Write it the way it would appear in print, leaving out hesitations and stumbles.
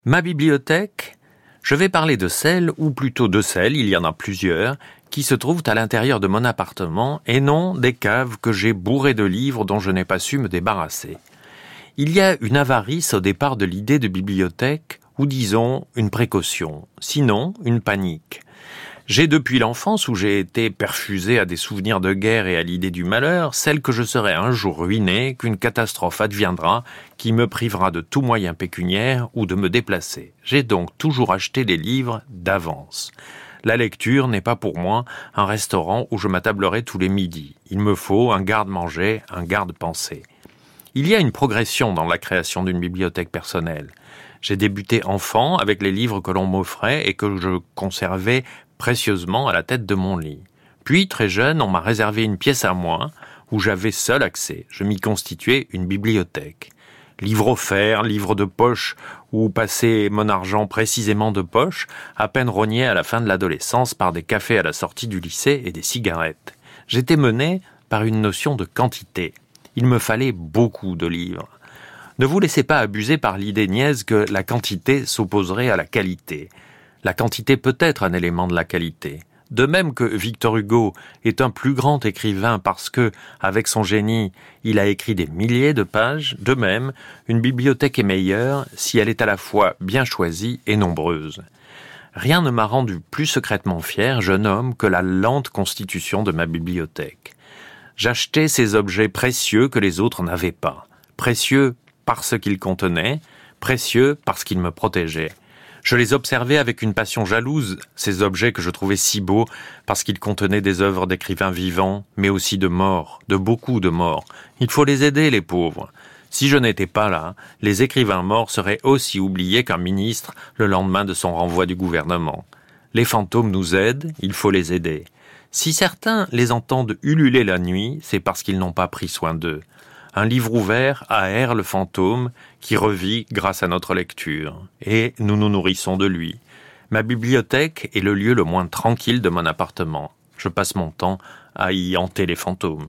Ma bibliothèque, je vais parler de celle, ou plutôt de celles, il y en a plusieurs, qui se trouvent à l'intérieur de mon appartement et non des caves que j'ai bourrées de livres dont je n'ai pas su me débarrasser. Il y a une avarice au départ de l'idée de bibliothèque, ou disons une précaution, sinon une panique. J'ai depuis l'enfance où j'ai été perfusé à des souvenirs de guerre et à l'idée du malheur, celle que je serai un jour ruiné, qu'une catastrophe adviendra, qui me privera de tout moyen pécuniaire ou de me déplacer. J'ai donc toujours acheté des livres d'avance. La lecture n'est pas pour moi un restaurant où je m'attablerai tous les midis. Il me faut un garde-manger, un garde-pensée. Il y a une progression dans la création d'une bibliothèque personnelle. J'ai débuté enfant avec les livres que l'on m'offrait et que je conservais précieusement à la tête de mon lit. Puis, très jeune, on m'a réservé une pièce à moi où j'avais seul accès. Je m'y constituais une bibliothèque. Livres offerts, livres de poche, où passait mon argent précisément de poche, à peine rogné à la fin de l'adolescence par des cafés à la sortie du lycée et des cigarettes. J'étais mené par une notion de quantité. Il me fallait beaucoup de livres. Ne vous laissez pas abuser par l'idée niaise que la quantité s'opposerait à la qualité. La quantité peut être un élément de la qualité. De même que Victor Hugo est un plus grand écrivain parce que, avec son génie, il a écrit des milliers de pages, de même, une bibliothèque est meilleure si elle est à la fois bien choisie et nombreuse. Rien ne m'a rendu plus secrètement fier, jeune homme, que la lente constitution de ma bibliothèque. J'achetais ces objets précieux que les autres n'avaient pas. Précieux parce qu'ils contenaient, précieux parce qu'ils me protégeaient. Je les observais avec une passion jalouse, ces objets que je trouvais si beaux, parce qu'ils contenaient des œuvres d'écrivains vivants, mais aussi de morts, de beaucoup de morts. Il faut les aider, les pauvres. Si je n'étais pas là, les écrivains morts seraient aussi oubliés qu'un ministre le lendemain de son renvoi du gouvernement. Les fantômes nous aident, il faut les aider. Si certains les entendent ululer la nuit, c'est parce qu'ils n'ont pas pris soin d'eux. Un livre ouvert aère le fantôme qui revit grâce à notre lecture. Et nous nous nourrissons de lui. Ma bibliothèque est le lieu le moins tranquille de mon appartement. Je passe mon temps à y hanter les fantômes.